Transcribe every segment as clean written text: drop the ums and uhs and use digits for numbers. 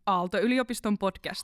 Aalto-yliopiston podcast.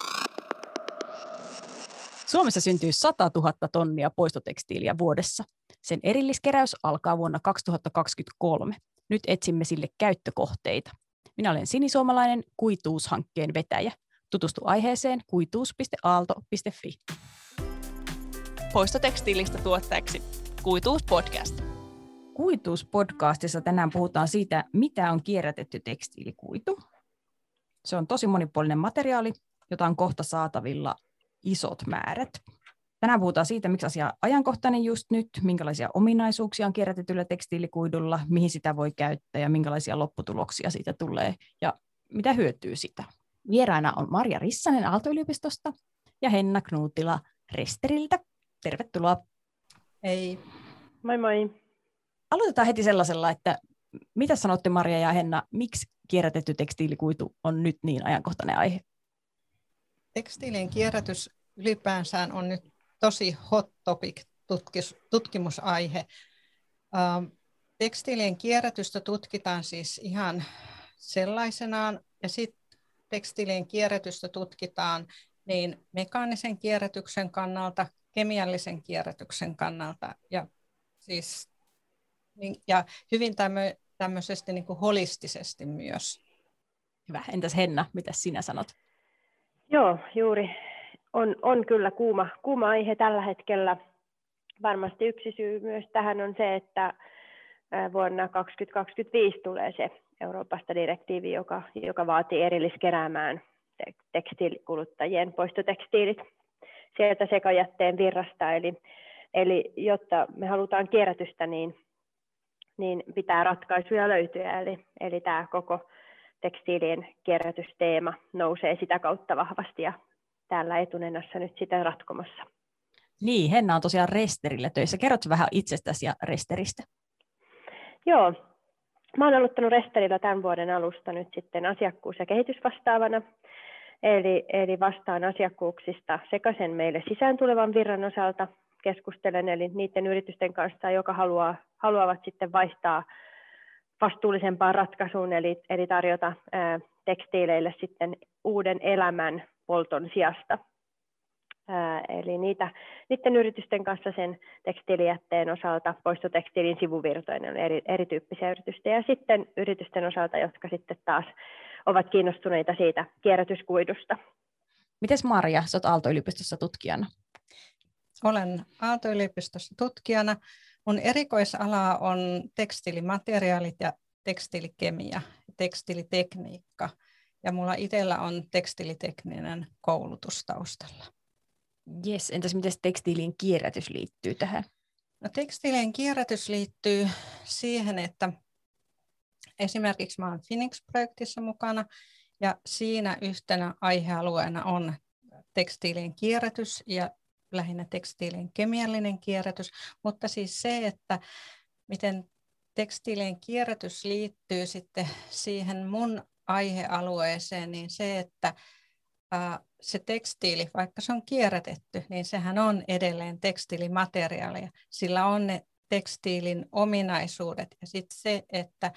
Suomessa syntyy 100 000 tonnia poistotekstiiliä vuodessa. Sen erilliskeräys alkaa vuonna 2023. Nyt etsimme sille käyttökohteita. Minä olen sinisuomalainen Kuituus-hankkeen vetäjä. Tutustu aiheeseen kuituus.aalto.fi. Poistotekstiilistä tuotteeksi Kuituus podcast. Kuituus-podcastissa tänään puhutaan siitä, mitä on kierrätetty tekstiilikuitu. Se on tosi monipuolinen materiaali, jota on kohta saatavilla isot määrät. Tänään puhutaan siitä, miksi asia on ajankohtainen just nyt, minkälaisia ominaisuuksia on kierrätetyllä tekstiilikuidulla, mihin sitä voi käyttää ja minkälaisia lopputuloksia siitä tulee ja mitä hyötyy sitä. Vieraana on Marja Rissanen Aalto-yliopistosta ja Henna Knuuttila Resteriltä. Tervetuloa. Hei. Moi moi. Aloitetaan heti sellaisella, että mitä sanotte Marja ja Henna, miksi kierrätetty tekstiilikuitu on nyt niin ajankohtainen aihe? Tekstiilien kierrätys ylipäänsä on nyt tosi hot topic, tutkimusaihe. Tekstiilien kierrätystä tutkitaan siis ihan sellaisenaan, ja sitten tekstiilien kierrätystä tutkitaan niin mekaanisen kierrätyksen kannalta, kemiallisen kierrätyksen kannalta ja hyvin tämmöisesti niin kuin holistisesti myös. Hyvä. Entäs Henna, mitä sinä sanot? Joo, juuri. On kyllä kuuma aihe tällä hetkellä. Varmasti yksi syy myös tähän on se, että vuonna 2025 tulee se Euroopasta direktiivi, joka vaatii erilliskeräämään tekstiilikuluttajien poistotekstiilit sieltä sekajätteen virrasta. Eli jotta me halutaan kierrätystä, niin pitää ratkaisuja löytyä. Eli tämä koko tekstiilien kierrätysteema nousee sitä kautta vahvasti ja täällä etunenässä nyt sitä ratkomassa. Niin, Henna on tosiaan Resterillä töissä. Kerrotko vähän itsestäsi ja Resteristä? Joo, mä oon aloittanut Resterillä tämän vuoden alusta nyt sitten asiakkuus- ja kehitysvastaavana. Eli vastaan asiakkuuksista sekä sen meille sisään tulevan virran osalta keskustelen, eli niiden yritysten kanssa, joka haluavat sitten vaihtaa vastuullisempaan ratkaisuun, eli tarjota tekstiileille sitten uuden elämän polton sijasta. Eli niiden yritysten kanssa sen tekstiilijätteen osalta poistotekstiilin sivuvirtoinen on erityyppisiä yrityksiä, ja sitten yritysten osalta, jotka sitten taas ovat kiinnostuneita siitä kierrätyskuidusta. Mites Marja, sä oot Aalto-yliopistossa tutkijana? Olen Aalto-yliopistossa tutkijana. Mun erikoisala on tekstiilimateriaalit ja tekstiilikemia, tekstiilitekniikka, ja mulla itsellä on tekstiilitekninen koulutus taustalla. Jes, entäs miten tekstiilien kierrätys liittyy tähän? No, tekstiilien kierrätys liittyy siihen, että esimerkiksi mä olen Phoenix-projektissa mukana, ja siinä yhtenä aihealueena on tekstiilien kierrätys ja lähinnä tekstiilien kemiallinen kierrätys, mutta siis se, että miten tekstiilien kierrätys liittyy sitten siihen mun aihealueeseen, niin se, että se tekstiili, vaikka se on kierrätetty, niin sehän on edelleen tekstiilimateriaalia. Sillä on ne tekstiilin ominaisuudet ja sitten se, että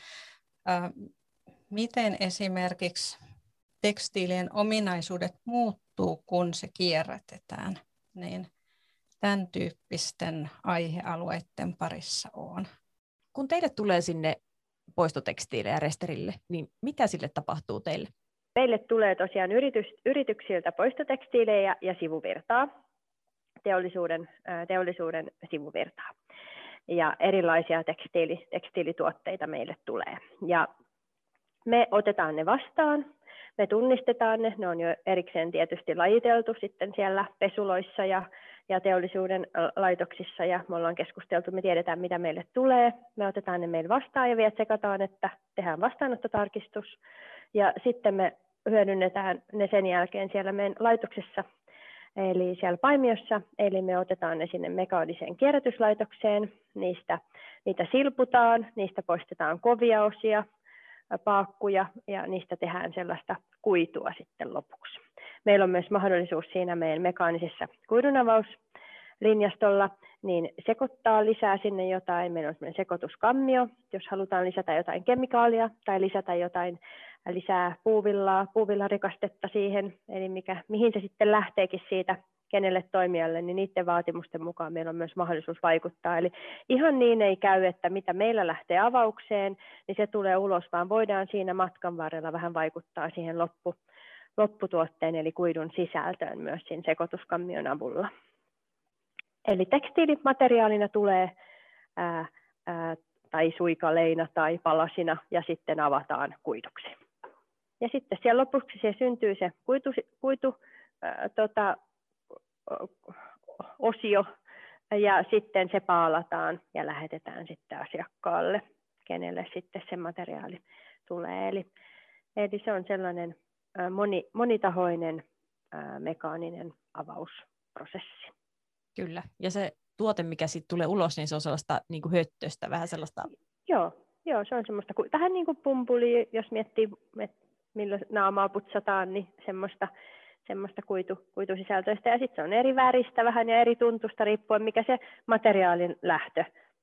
miten esimerkiksi tekstiilien ominaisuudet muuttuu, kun se kierrätetään, niin tämän tyyppisten aihealueiden parissa on. Kun teille tulee sinne poistotekstiilejä Resterille, niin mitä sille tapahtuu teille? Meille tulee tosiaan yrityksiltä poistotekstiilejä ja sivuvirtaa, teollisuuden sivuvirtaa. Ja erilaisia tekstiilituotteita meille tulee. Ja me otetaan ne vastaan, me tunnistetaan ne on jo erikseen tietysti lajiteltu sitten siellä pesuloissa ja teollisuuden laitoksissa, ja me ollaan keskusteltu, me tiedetään mitä meille tulee, me otetaan ne meille vastaan ja vielä tsekataan, että tehdään vastaanottotarkistus, ja sitten me hyödynnetään ne sen jälkeen siellä meidän laitoksessa, eli siellä Paimiossa, eli me otetaan ne sinne mekaaniseen kierrätyslaitokseen, niitä silputaan, niistä poistetaan kovia osia, paakkuja, ja niistä tehdään sellaista kuitua sitten lopuksi. Meillä on myös mahdollisuus siinä meidän mekaanisessa kuidunavauslinjastolla niin sekoittaa lisää sinne jotain. Meillä on sellainen sekoituskammio, jos halutaan lisätä jotain kemikaalia tai lisätä jotain lisää puuvillarikastetta siihen, eli mihin se sitten lähteekin siitä kenelle toimijalle, niin niiden vaatimusten mukaan meillä on myös mahdollisuus vaikuttaa. Eli ihan niin ei käy, että mitä meillä lähtee avaukseen, niin se tulee ulos, vaan voidaan siinä matkan varrella vähän vaikuttaa siihen lopputuotteen, eli kuidun sisältöön myös siinä sekoituskammion avulla. Eli tekstiilimateriaalina tulee tai suikaleina tai palasina ja sitten avataan kuiduksi. Ja sitten siellä lopuksi se syntyy se kuitu osio ja sitten se paalataan ja lähetetään sitten asiakkaalle, kenelle sitten se materiaali tulee. Eli se on sellainen monitahoinen mekaaninen avausprosessi. Kyllä, ja se tuote, mikä siitä tulee ulos, niin se on sellaista niin kuin höttöstä, vähän sellaista. Joo, se on semmoista, vähän niin kuin pumpuli, jos miettii, millä naamaa putsataan, niin semmoista kuitusisältöistä. Ja sitten se on eri väristä vähän ja eri tuntusta riippuen, mikä se materiaalin lähtö,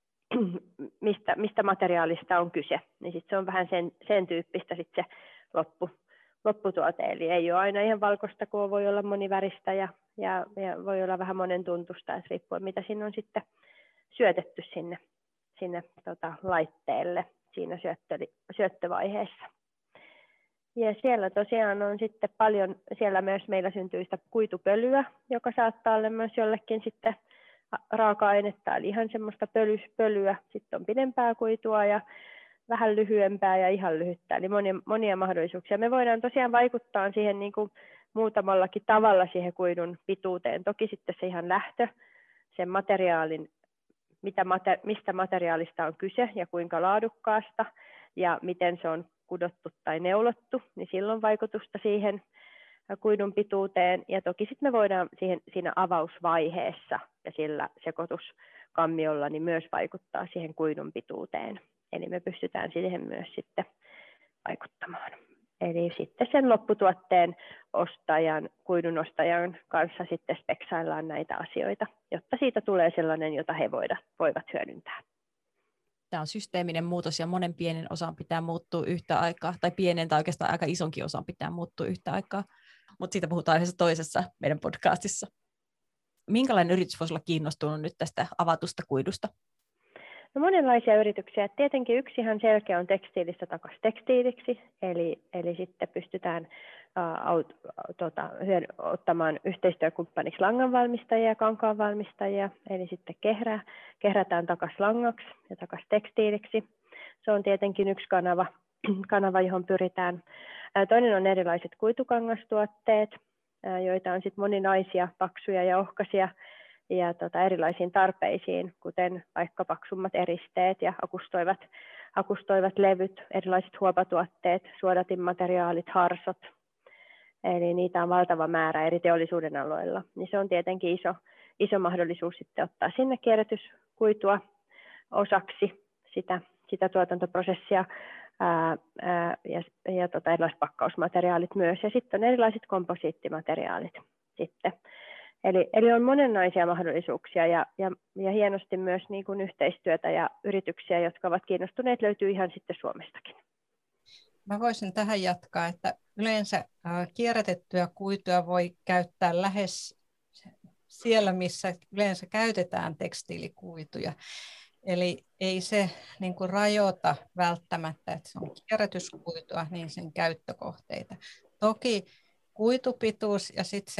mistä materiaalista on kyse. Niin sitten se on vähän sen tyyppistä sitten se lopputuote. Eli ei ole aina ihan valkoista, kun voi olla moniväristä ja voi olla vähän monen tuntusta, että riippuen mitä siinä on sitten syötetty sinne laitteelle siinä syöttövaiheessa. Ja siellä tosiaan on sitten paljon, siellä myös meillä syntyy sitä kuitupölyä, joka saattaa olla myös jollekin sitten raaka-ainetta, eli ihan semmoista pölyä, sitten on pidempää kuitua ja vähän lyhyempää ja ihan lyhyttä, eli monia mahdollisuuksia. Me voidaan tosiaan vaikuttaa siihen niin kuin muutamallakin tavalla siihen kuidun pituuteen. Toki sitten se ihan lähtö, sen materiaalin, mistä materiaalista on kyse ja kuinka laadukkaasta ja miten se on kudottu tai neulottu, niin silloin vaikutusta siihen kuidun pituuteen. Ja toki sitten me voidaan siinä avausvaiheessa ja sillä sekoituskammiolla niin myös vaikuttaa siihen kuidun pituuteen. Eli me pystytään siihen myös sitten vaikuttamaan. Eli sitten sen lopputuotteen kuidun ostajan kanssa sitten speksaillaan näitä asioita, jotta siitä tulee sellainen, jota he voivat hyödyntää. Tämä on systeeminen muutos ja monen pienen osan pitää muuttua yhtä aikaa, tai pienen tai oikeastaan aika isonkin osan pitää muuttua yhtä aikaa, mutta siitä puhutaan yhdessä toisessa meidän podcastissa. Minkälainen yritys voisi olla kiinnostunut nyt tästä avatusta kuidusta? No monenlaisia yrityksiä. Tietenkin yksi ihan selkeä on tekstiilistä takaisin tekstiiliksi, eli sitten pystytään ottamaan yhteistyökumppaniksi langanvalmistajia ja kankaanvalmistajia, eli sitten kehrätään takaisin langaksi ja takaisin tekstiiliksi. Se on tietenkin yksi kanava, johon pyritään. Toinen on erilaiset kuitukangastuotteet, joita on sitten moninaisia, paksuja ja ohkaisia, ja erilaisiin tarpeisiin, kuten vaikka paksummat eristeet ja akustoivat levyt, erilaiset huopatuotteet, suodatinmateriaalit, harsot. Eli niitä on valtava määrä eri teollisuuden aloilla. Niin se on tietenkin iso mahdollisuus sitten ottaa sinne kierrätyskuitua osaksi sitä tuotantoprosessia ja erilaiset pakkausmateriaalit myös. Ja sitten on erilaiset komposiittimateriaalit sitten. Eli on monenlaisia mahdollisuuksia ja hienosti myös niin kuin yhteistyötä ja yrityksiä, jotka ovat kiinnostuneet, löytyy ihan sitten Suomestakin. Mä voisin tähän jatkaa, että yleensä kierrätettyä kuitua voi käyttää lähes siellä, missä yleensä käytetään tekstiilikuituja. Eli ei se niin kuin rajoita välttämättä, että se on kierrätyskuitua, niin sen käyttökohteita. Toki kuitupituus ja sitten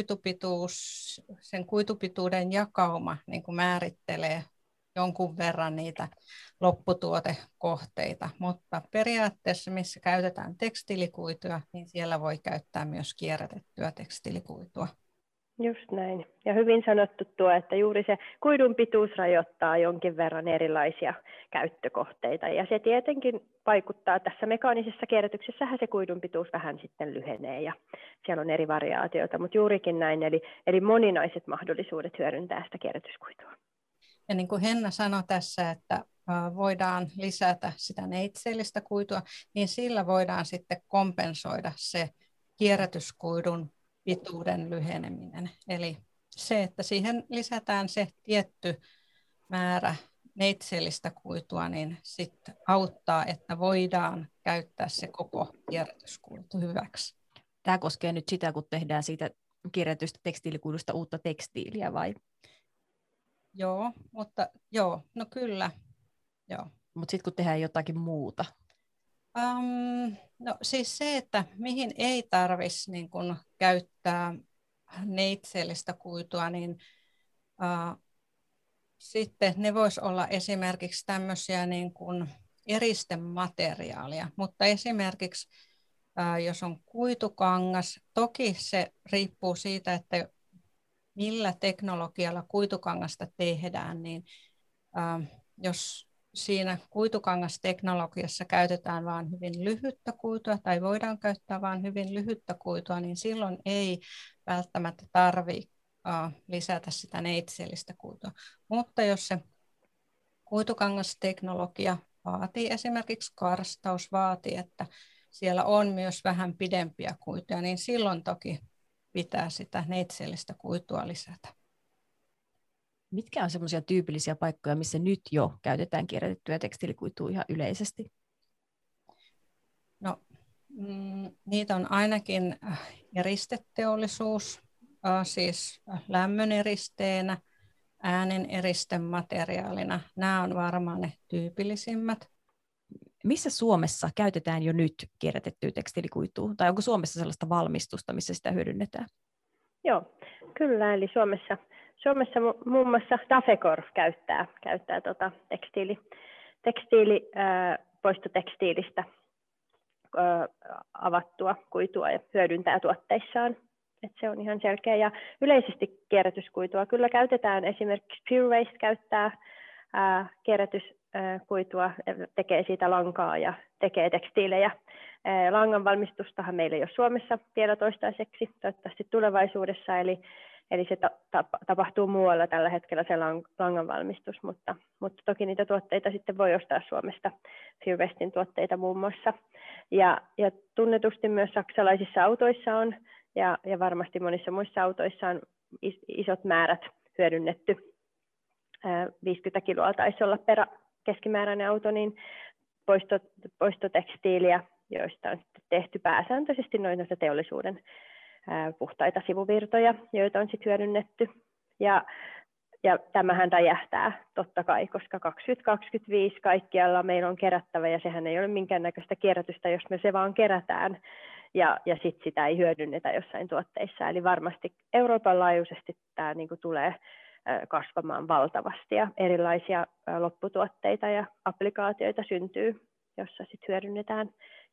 sen kuitupituuden jakauma niin kuin määrittelee jonkun verran niitä lopputuotekohteita, mutta periaatteessa missä käytetään tekstiilikuitua, niin siellä voi käyttää myös kierrätettyä tekstiilikuitua. Just näin. Ja hyvin sanottu tuo, että juuri se kuidun pituus rajoittaa jonkin verran erilaisia käyttökohteita. Ja se tietenkin vaikuttaa tässä mekaanisessa kierrätyksessähän se kuidun pituus vähän sitten lyhenee ja siellä on eri variaatioita, mutta juurikin näin, eli moninaiset mahdollisuudet hyödyntää sitä kierrätyskuitua. Ja niin kuin Henna sanoi tässä, että voidaan lisätä sitä neitseellistä kuitua, niin sillä voidaan sitten kompensoida se kierrätyskuidun pituuden lyheneminen. Eli se, että siihen lisätään se tietty määrä neitseellistä kuitua, niin sitten auttaa, että voidaan käyttää se koko kierrätyskuitu hyväksi. Tämä koskee nyt sitä, kun tehdään siitä kierrätystä tekstiilikuidusta uutta tekstiiliä, vai? No kyllä. Mutta sitten kun tehdään jotakin muuta. No siis se, että mihin ei tarvitsisi niin kun käyttää neitseellistä kuitua, niin sitten ne vois olla esimerkiksi tämmöisiä niin kuin eristemateriaalia, mutta esimerkiksi jos on kuitukangas, toki se riippuu siitä, että millä teknologialla kuitukangasta tehdään, niin jos siinä kuitukangasteknologiassa käytetään vain hyvin lyhyttä kuitua tai voidaan käyttää vain hyvin lyhyttä kuitua, niin silloin ei välttämättä tarvitse lisätä sitä neitseellistä kuitua. Mutta jos se kuitukangasteknologia vaatii, esimerkiksi karstaus vaatii, että siellä on myös vähän pidempiä kuituja, niin silloin toki pitää sitä neitseellistä kuitua lisätä. Mitkä on semmoisia tyypillisiä paikkoja, missä nyt jo käytetään kierrätettyä tekstiilikuitua ihan yleisesti? No, niitä on ainakin eristeteollisuus, siis lämmön eristeenä, äänen eristemateriaalina. Nämä on varmaan ne tyypillisimmät. Missä Suomessa käytetään jo nyt kierrätettyä tekstiilikuitua? Tai onko Suomessa sellaista valmistusta, missä sitä hyödynnetään? Joo, kyllä. Eli Suomessa muun muassa Dafecorp käyttää poistotekstiilistä avattua kuitua ja hyödyntää tuotteissaan. Et se on ihan selkeä. Ja yleisesti kierrätyskuitua kyllä käytetään. Esimerkiksi Pure Waste käyttää kierrätyskuitua, tekee siitä lankaa ja tekee tekstiilejä. Langan valmistustahan meillä ei ole Suomessa vielä toistaiseksi, toivottavasti tulevaisuudessa, eli se tapahtuu muualla tällä hetkellä se langan valmistus, mutta toki niitä tuotteita sitten voi ostaa Suomesta, Pure Wastein tuotteita muun muassa. Ja tunnetusti myös saksalaisissa autoissa on, ja varmasti monissa muissa autoissa on isot määrät hyödynnetty. 50 kiloa taisi olla per keskimääräinen auto, niin poistotekstiiliä, joista on tehty pääsääntöisesti noita teollisuuden puhtaita sivuvirtoja, joita on sitten hyödynnetty. Ja tämähän räjähtää totta kai, koska 2025 kaikkialla meillä on kerättävä, ja sehän ei ole minkäännäköistä kierrätystä, jos me se vaan kerätään, ja sitten sitä ei hyödynnetä jossain tuotteissa. Eli varmasti Euroopan laajuisesti tämä niinku tulee kasvamaan valtavasti, ja erilaisia lopputuotteita ja applikaatioita syntyy, jossa sitten hyödynnetään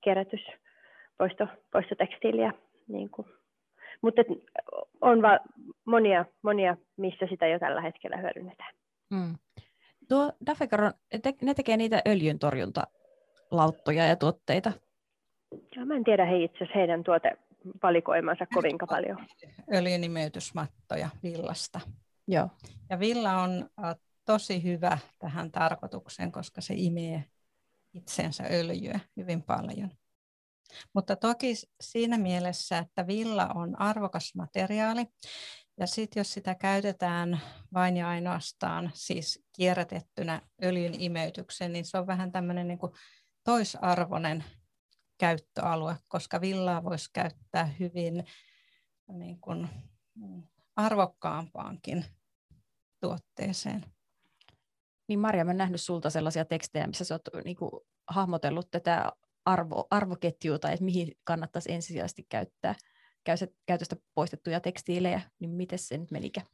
poistotekstiiliä. Niinku. Mutta on monia, missä sitä jo tällä hetkellä hyödynnetään. Tuo Dafecorp, ne tekee niitä öljyntorjuntalauttoja ja tuotteita. Ja mä en tiedä itse asiassa heidän tuotevalikoimansa kovinkaan paljon. Öljynimeytysmattoja villasta. Joo. Ja villa on tosi hyvä tähän tarkoitukseen, koska se imee itsensä öljyä hyvin paljon. Mutta toki siinä mielessä, että villa on arvokas materiaali, ja sitten jos sitä käytetään vain ja ainoastaan siis kierrätettynä öljyn imeytykseen, niin se on vähän tämmöinen niin kuin toisarvoinen käyttöalue, koska villaa voisi käyttää hyvin niin kuin arvokkaampaankin tuotteeseen. Niin Marja, mä oon nähnyt sulta sellaisia tekstejä, missä sä oot niin kuin hahmotellut tätä arvoketjua, tai että mihin kannattaisi ensisijaisesti käytöstä poistettuja tekstiilejä, niin miten se nyt menikään?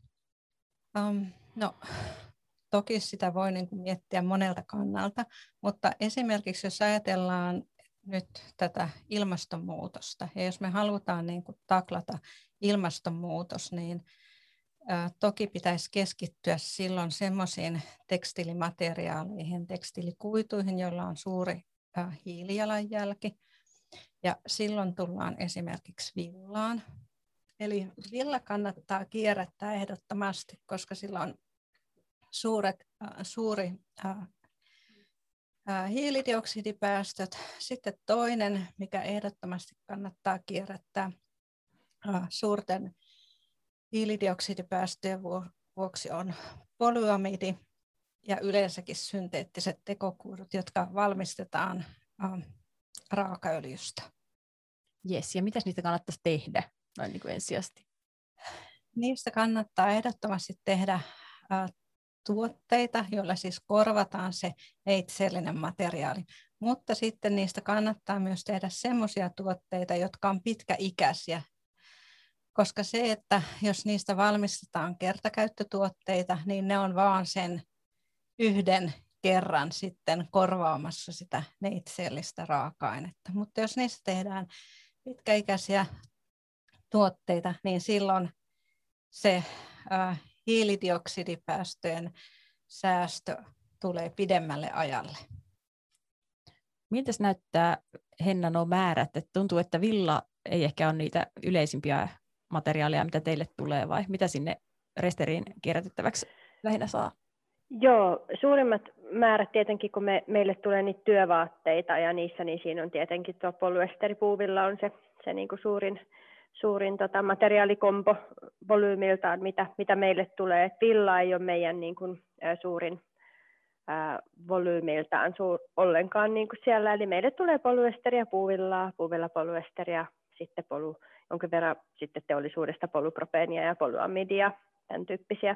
No, toki sitä voi niin kuin miettiä monelta kannalta, mutta esimerkiksi jos ajatellaan nyt tätä ilmastonmuutosta, ja jos me halutaan niin kuin taklata ilmastonmuutos, niin toki pitäisi keskittyä silloin semmoisiin tekstiilimateriaaleihin, tekstiilikuituihin, joilla on suuri hiilijalanjälki. Ja silloin tullaan esimerkiksi villaan. Eli villa kannattaa kierrättää ehdottomasti, koska sillä on suuri hiilidioksidipäästöt. Sitten toinen, mikä ehdottomasti kannattaa kierrättää suurten hiilidioksidipäästöjen vuoksi, on polyamidi. ja yleensäkin synteettiset tekokuidut, jotka valmistetaan raakaöljystä. Jes, ja mitäs niitä kannattaisi tehdä noin niin kuin ensisijaisesti? Niistä kannattaa ehdottomasti tehdä tuotteita, joilla siis korvataan se neitseellinen materiaali. Mutta sitten niistä kannattaa myös tehdä semmoisia tuotteita, jotka on pitkäikäisiä. Koska se, että jos niistä valmistetaan kertakäyttötuotteita, niin ne on vaan sen yhden kerran sitten korvaamassa sitä neitseellistä raaka-ainetta. Mutta jos niistä tehdään pitkäikäisiä tuotteita, niin silloin se hiilidioksidipäästöjen säästö tulee pidemmälle ajalle. Miltä näyttää, Henna, nuo määrät? Et tuntuu, että villa ei ehkä ole niitä yleisimpiä materiaaleja, mitä teille tulee, vai mitä sinne resteriin kierrätettäväksi lähinnä saa? Joo, suurimmat määrät tietenkin, kun meille tulee niitä työvaatteita ja niissä, niin siinä on tietenkin tuo polyesteripuuvilla on se niin kuin suurin materiaalikompo volyymiltaan, mitä meille tulee. Et villa ei ole meidän niin kuin, suurin volyymiltaan ollenkaan niin kuin siellä. Eli meille tulee polyesteria, puuvilla polyesteria, sitten jonkin verran sitten teollisuudesta polypropeenia ja polyamidia, tämän tyyppisiä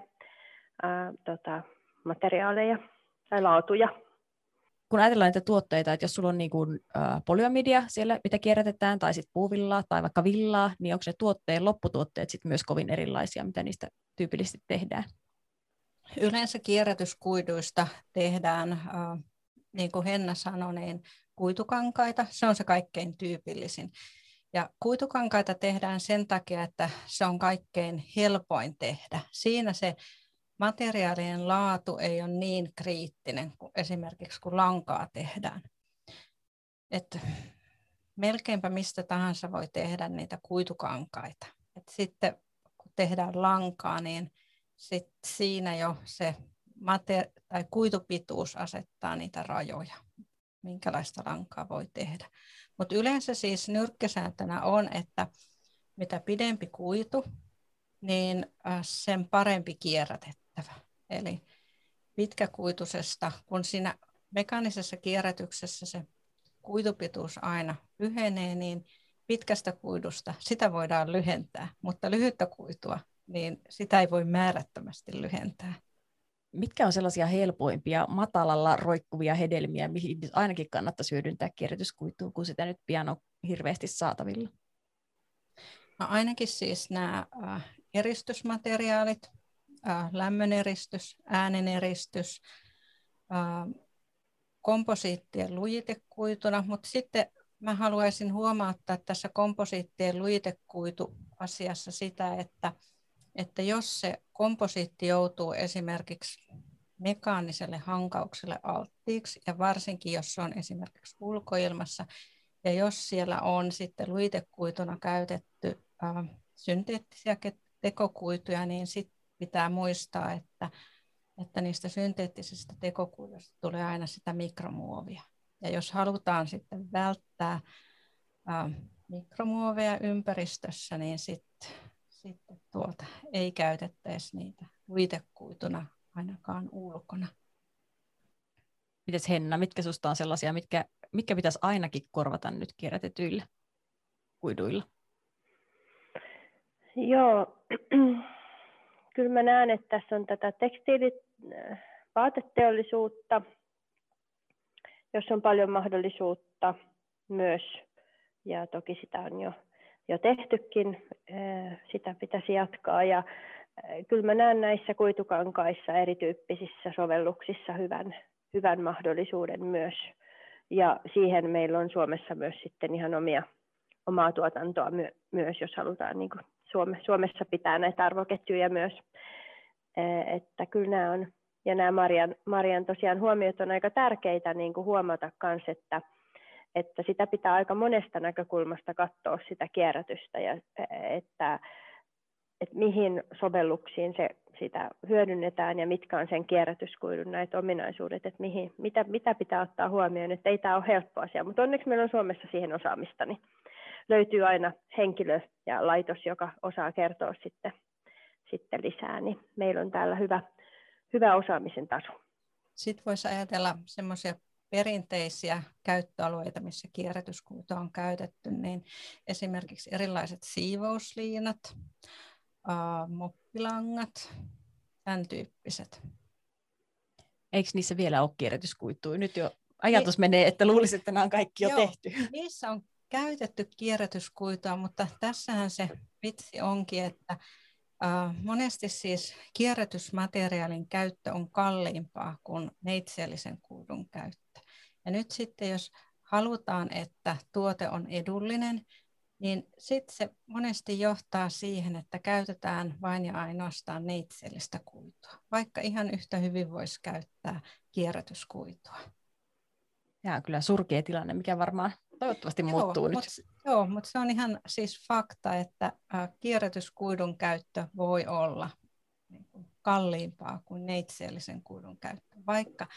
materiaaleja tai laatuja. Kun ajatellaan niitä tuotteita, että jos sulla on niin kuin, polyamidia siellä, mitä kierrätetään, tai sitten puuvillaa tai vaikka villaa, niin onko ne lopputuotteet sitten myös kovin erilaisia, mitä niistä tyypillisesti tehdään? Yleensä kierrätyskuiduista tehdään, niin kuin Henna sanoi, niin kuitukankaita. Se on se kaikkein tyypillisin. Ja kuitukankaita tehdään sen takia, että se on kaikkein helpoin tehdä. Siinä se materiaalien laatu ei ole niin kriittinen kuin esimerkiksi kun lankaa tehdään. Et melkeinpä mistä tahansa voi tehdä niitä kuitukankaita. Et sitten kun tehdään lankaa, niin sit siinä jo se kuitupituus asettaa niitä rajoja, minkälaista lankaa voi tehdä. Mutta yleensä siis nyrkkisääntönä on, että mitä pidempi kuitu, niin sen parempi kierrätettävä. Eli pitkäkuitusesta, kun siinä mekaanisessa kierrätyksessä se kuitupituus aina lyhenee, niin pitkästä kuidusta sitä voidaan lyhentää, mutta lyhyttä kuitua, niin sitä ei voi määrättömästi lyhentää. Mitkä on sellaisia helpoimpia, matalalla roikkuvia hedelmiä, mihin ainakin kannattaisi hyödyntää kierrätyskuitua, kun sitä nyt pian on hirveästi saatavilla? No ainakin siis nämä eristysmateriaalit, lämmöneristys, ääneneristys, komposiittien lujitekuituna, mutta sitten mä haluaisin huomauttaa tässä komposiittien lujitekuituasiassa sitä, että jos se komposiitti joutuu esimerkiksi mekaaniselle hankaukselle alttiiksi, ja varsinkin jos se on esimerkiksi ulkoilmassa, ja jos siellä on sitten lujitekuituna käytetty synteettisiä tekokuituja, niin sitten pitää muistaa, että niistä synteettisistä tekokuiduista tulee aina sitä mikromuovia. Ja jos halutaan sitten välttää mikromuoveja ympäristössä, niin sitten ei käytettäisi niitä lujitekuituna ainakaan ulkona. Mites Henna, mitkä susta on sellaisia, mitkä pitäisi ainakin korvata nyt kierrätetyillä kuiduilla? Joo, kyllä mä näen, että tässä on tätä vaateteollisuutta, jossa on paljon mahdollisuutta myös, ja toki sitä on jo tehtykin, sitä pitäisi jatkaa. Ja kyllä mä näen näissä kuitukankaissa erityyppisissä sovelluksissa hyvän mahdollisuuden myös. Ja siihen meillä on Suomessa myös sitten ihan omaa tuotantoa myös, jos halutaan niin kuin Suomessa pitää näitä arvoketjuja myös. Että kyllä nämä on, ja nämä Marian tosiaan huomiot on aika tärkeitä niin kuin huomata myös, että sitä pitää aika monesta näkökulmasta katsoa sitä kierrätystä, ja että mihin sovelluksiin sitä hyödynnetään ja mitkä on sen kierrätyskuidun näitä ominaisuudet, että mitä pitää ottaa huomioon, että ei tämä ole helppo asia, mutta onneksi meillä on Suomessa siihen osaamista, niin löytyy aina henkilö ja laitos, joka osaa kertoa sitten lisää, niin meillä on täällä hyvä osaamisen taso. Sitten voisi ajatella semmoisia perinteisiä käyttöalueita, missä kierrätyskuitua on käytetty, niin esimerkiksi erilaiset siivousliinat, moppilangat, tämän tyyppiset. Eikö niissä vielä ole kierrätyskuitua? Nyt jo ajatus menee, että luulisin, että nämä on kaikki jo tehty. Niissä on käytetty kierrätyskuitua, mutta tässähän se vitsi onkin, että monesti siis kierrätysmateriaalin käyttö on kalliimpaa kuin neitseellisen kuidun käyttö. Ja nyt sitten jos halutaan, että tuote on edullinen, niin sitten se monesti johtaa siihen, että käytetään vain ja ainoastaan neitseellistä kuitua, vaikka ihan yhtä hyvin voisi käyttää kierrätyskuitua. Tämä on kyllä surkea tilanne, mikä varmaan toivottavasti muuttuu nyt. Mutta se on ihan siis fakta, että kierrätyskuidun käyttö voi olla kalliimpaa kuin neitseellisen kuidun käyttö, vaikka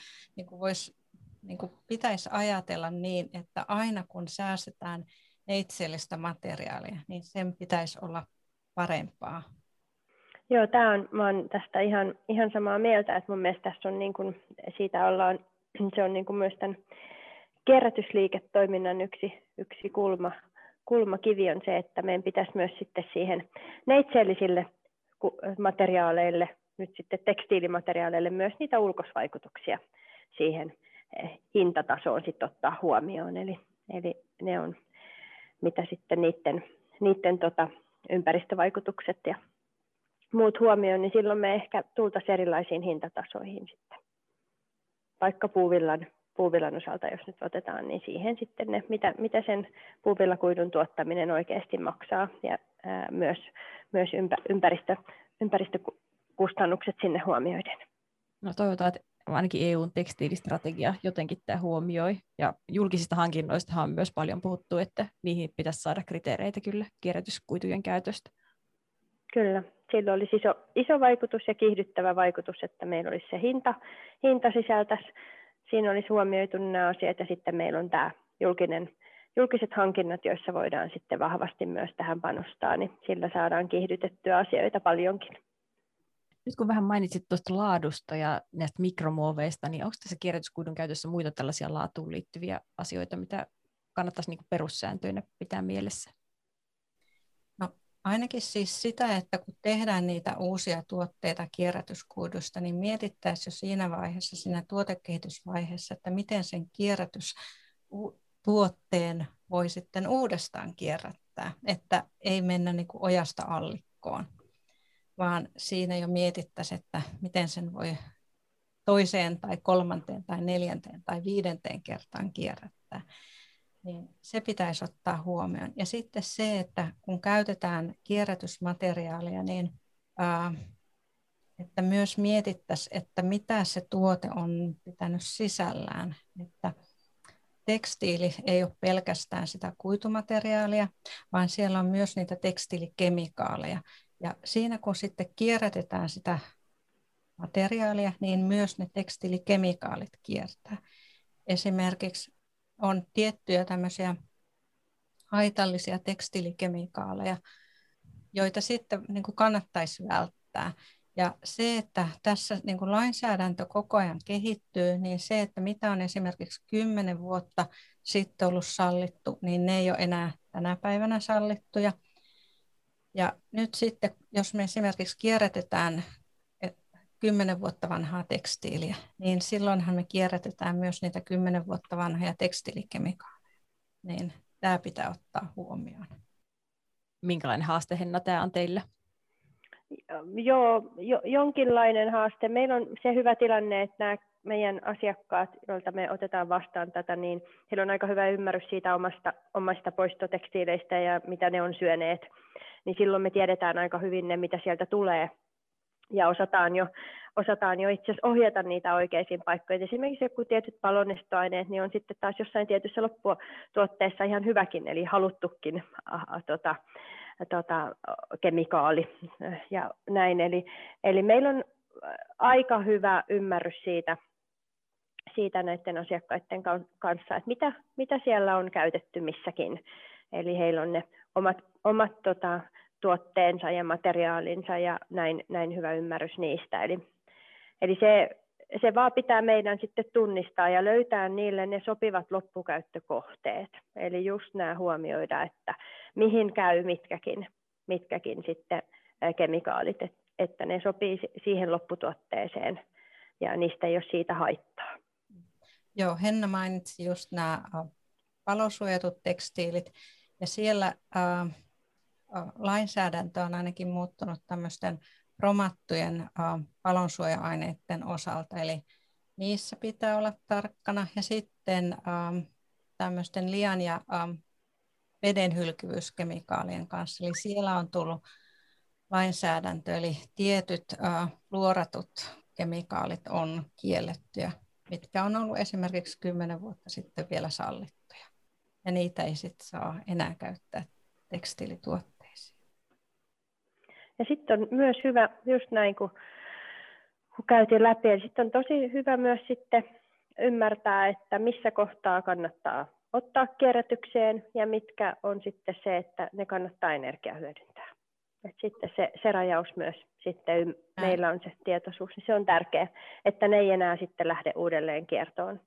pitäisi ajatella niin, että aina kun säästetään neitseellistä materiaalia, niin sen pitäisi olla parempaa. Joo, mä olen tästä ihan samaa mieltä, että mun mielestä tässä on se on myös tämän kierrätysliiketoiminnan yksi kulmakivi on se, että meidän pitäisi myös sitten siihen neitseellisille materiaaleille, nyt sitten tekstiilimateriaaleille myös niitä ulkoisvaikutuksia siihen hintatasoon sitten ottaa huomioon. Eli ne on mitä sitten niiden ympäristövaikutukset ja muut huomioon, niin silloin me ehkä tultaisiin erilaisiin hintatasoihin sitten. Vaikka puuvillan osalta, jos nyt otetaan, niin siihen sitten mitä sen puuvillakuidun tuottaminen oikeasti maksaa ja myös ympäristökustannukset sinne huomioiden. No toivotaan, että ainakin EUn tekstiilistrategia jotenkin tämä huomioi. Ja julkisista hankinnoistahan on myös paljon puhuttu, että niihin pitäisi saada kriteereitä kyllä kierrätyskuitujen käytöstä. Kyllä, sillä olisi iso vaikutus ja kiihdyttävä vaikutus, että meillä olisi se hinta sisältäisi. Siinä olisi huomioitu nämä asiat ja sitten meillä on tämä julkiset hankinnat, joissa voidaan sitten vahvasti myös tähän panostaa, niin sillä saadaan kiihdytettyä asioita paljonkin. Nyt kun vähän mainitsit tuosta laadusta ja näistä mikromuoveista, niin onko tässä kierrätyskuidun käytössä muita tällaisia laatuun liittyviä asioita, mitä kannattaisi niin kuin perussääntöinä pitää mielessä? No ainakin siis sitä, että kun tehdään niitä uusia tuotteita kierrätyskuidusta, niin mietittäisiin jo siinä vaiheessa, siinä tuotekehitysvaiheessa, että miten sen kierrätystuotteen voi sitten uudestaan kierrättää, että ei mennä niin kuin ojasta allikkoon, vaan siinä jo mietittäisiin, että miten sen voi toiseen tai kolmanteen tai neljänteen tai viidenteen kertaan kierrättää. Niin se pitäisi ottaa huomioon. Ja sitten se, että kun käytetään kierrätysmateriaalia, niin että myös mietittäisiin, että mitä se tuote on pitänyt sisällään. Että tekstiili ei ole pelkästään sitä kuitumateriaalia, vaan siellä on myös niitä tekstiilikemikaaleja. Ja siinä kun sitten kierrätetään sitä materiaalia, niin myös ne tekstiilikemikaalit kiertää. Esimerkiksi on tiettyjä tämmöisiä haitallisia tekstiilikemikaaleja, joita sitten niin kuin kannattaisi välttää. Ja se, että tässä niin kuin lainsäädäntö koko ajan kehittyy, niin se, että mitä on esimerkiksi 10 vuotta sitten ollut sallittu, niin ne ei ole enää tänä päivänä sallittuja. Ja nyt sitten, jos me esimerkiksi kierrätetään 10 vuotta vanhaa tekstiiliä, niin silloinhan me kierrätetään myös niitä 10 vuotta vanhoja tekstiilikemikaaleja. Niin tämä pitää ottaa huomioon. Minkälainen haaste, Henna, tämä on teillä? Joo, jonkinlainen haaste. Meillä on se hyvä tilanne, että nämä meidän asiakkaat, joilta me otetaan vastaan tätä, niin heillä on aika hyvä ymmärrys siitä omasta poistotekstiileistä ja mitä ne on syöneet. Niin silloin me tiedetään aika hyvin ne, mitä sieltä tulee. Ja osataan jo itse asiassa ohjata niitä oikeisiin paikkoihin. Esimerkiksi joku tietyt palonestoaineet, niin on sitten taas jossain tietyssä lopputuotteessa ihan hyväkin, eli haluttukin kemikaali ja näin. Eli meillä on aika hyvä ymmärrys siitä näiden asiakkaiden kanssa, että mitä siellä on käytetty missäkin. Eli heillä on ne omat tuotteensa ja materiaalinsa ja näin hyvä ymmärrys niistä. Eli se se vaan pitää meidän sitten tunnistaa ja löytää niille ne sopivat loppukäyttökohteet. Eli just nämä huomioida, että mihin käy mitkäkin sitten kemikaalit, että ne sopii siihen lopputuotteeseen ja niistä ei ole siitä haittaa. Joo, Henna mainitsi just nämä palosuojatut tekstiilit ja siellä lainsäädäntö on ainakin muuttunut tämmöisten bromattujen palonsuoja-aineiden osalta, eli niissä pitää olla tarkkana. Ja sitten tämmöisten lian ja veden hylkyvyyskemikaalien kanssa, eli siellä on tullut lainsäädäntö, eli tietyt fluoratut kemikaalit on kiellettyjä, mitkä on ollut esimerkiksi 10 vuotta sitten vielä sallittuja. Ja niitä ei sitten saa enää käyttää tekstiilituotteisiin. Ja sitten on myös hyvä, just näin kun käytiin läpi, ja sitten on tosi hyvä myös sitten ymmärtää, että missä kohtaa kannattaa ottaa kierrätykseen ja mitkä on sitten se, että ne kannattaa energiahyödyntää. Et sitten se rajaus myös sitten meillä on se tietoisuus, niin se on tärkeää, että ne ei enää sitten lähde uudelleen kiertoon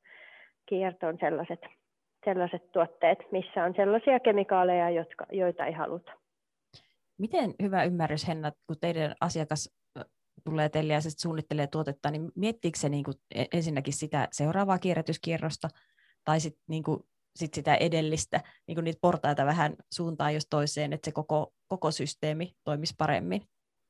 sellaiset tuotteet, missä on sellaisia kemikaaleja, joita ei haluta. Miten hyvä ymmärrys, Henna, kun teidän asiakas tulee teille ja suunnittelee tuotetta, niin miettiikö se niin kuin ensinnäkin sitä seuraavaa kierrätyskierrosta tai sitten niin sit sitä edellistä, niin kuin niitä portaita vähän suuntaan jos toiseen, että se koko systeemi toimisi paremmin?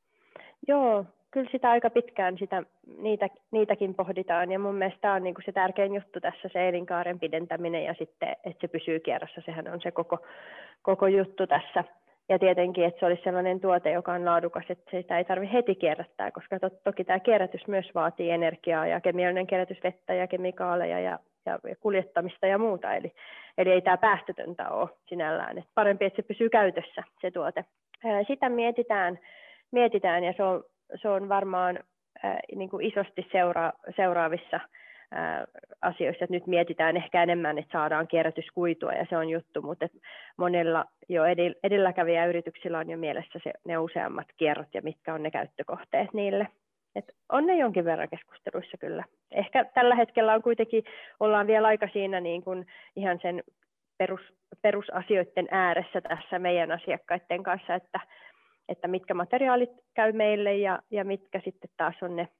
Joo, kyllä sitä aika pitkään niitäkin pohditaan, ja mun mielestä tämä on niin kuin se tärkein juttu tässä, se elinkaaren pidentäminen ja sitten, että se pysyy kierrossa, sehän on se koko juttu tässä. Ja tietenkin, että se olisi sellainen tuote, joka on laadukas, että sitä ei tarvitse heti kierrättää, koska toki tämä kierrätys myös vaatii energiaa ja kemiallinen kierrätys vettä ja kemikaaleja ja kuljettamista ja muuta. Eli ei tämä päästötöntä ole sinällään. Että parempi, että se pysyy käytössä, se tuote. Sitä mietitään ja se on varmaan niin kuin isosti seuraavissa asioissa, että nyt mietitään ehkä enemmän, että saadaan kierrätyskuitua ja se on juttu, mutta monella jo edelläkävijäyrityksillä on jo mielessä ne useammat kierrot ja mitkä on ne käyttökohteet niille. Et on ne jonkin verran keskusteluissa kyllä. Ehkä tällä hetkellä ollaan vielä aika siinä niin kuin ihan sen perusasioiden ääressä tässä meidän asiakkaiden kanssa, että mitkä materiaalit käy meille ja mitkä sitten taas on ne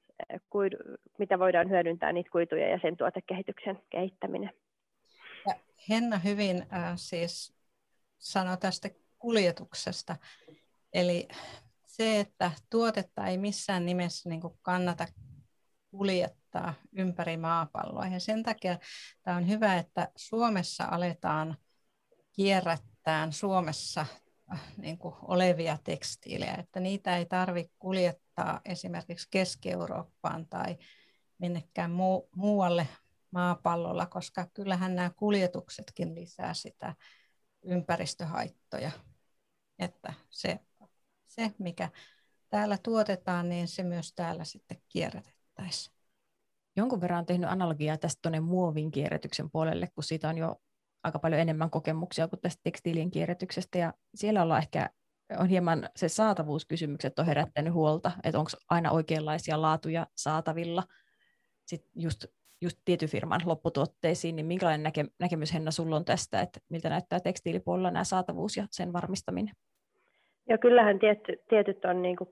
mitä voidaan hyödyntää niitä kuituja ja sen tuotekehityksen kehittäminen. Ja Henna hyvin siis sanoi tästä kuljetuksesta. Eli se, että tuotetta ei missään nimessä niin kuin kannata kuljettaa ympäri maapalloa. Ja sen takia tämä on hyvä, että Suomessa aletaan kierrättää Suomessa niin kuin olevia tekstiilejä, että niitä ei tarvitse kuljettaa esimerkiksi Keski-Eurooppaan tai minnekään muualle maapallolla, koska kyllähän nämä kuljetuksetkin lisää sitä ympäristöhaittoja, että se mikä täällä tuotetaan, niin se myös täällä sitten kierrätettäisiin. Jonkun verran on tehnyt analogiaa tästä tuonne muovin kierrätyksen puolelle, kun siitä on jo aika paljon enemmän kokemuksia kuin tästä tekstiilien kierrätyksestä, ja siellä on hieman se saatavuuskysymykset on herättänyt huolta, että onko aina oikeanlaisia laatuja saatavilla sit just tietyn firman lopputuotteisiin, niin minkälainen näkemys, Henna, sulla on tästä, että miltä näyttää tekstiilipuolella nämä saatavuus ja sen varmistaminen? Joo, kyllähän tietyt on niin kuin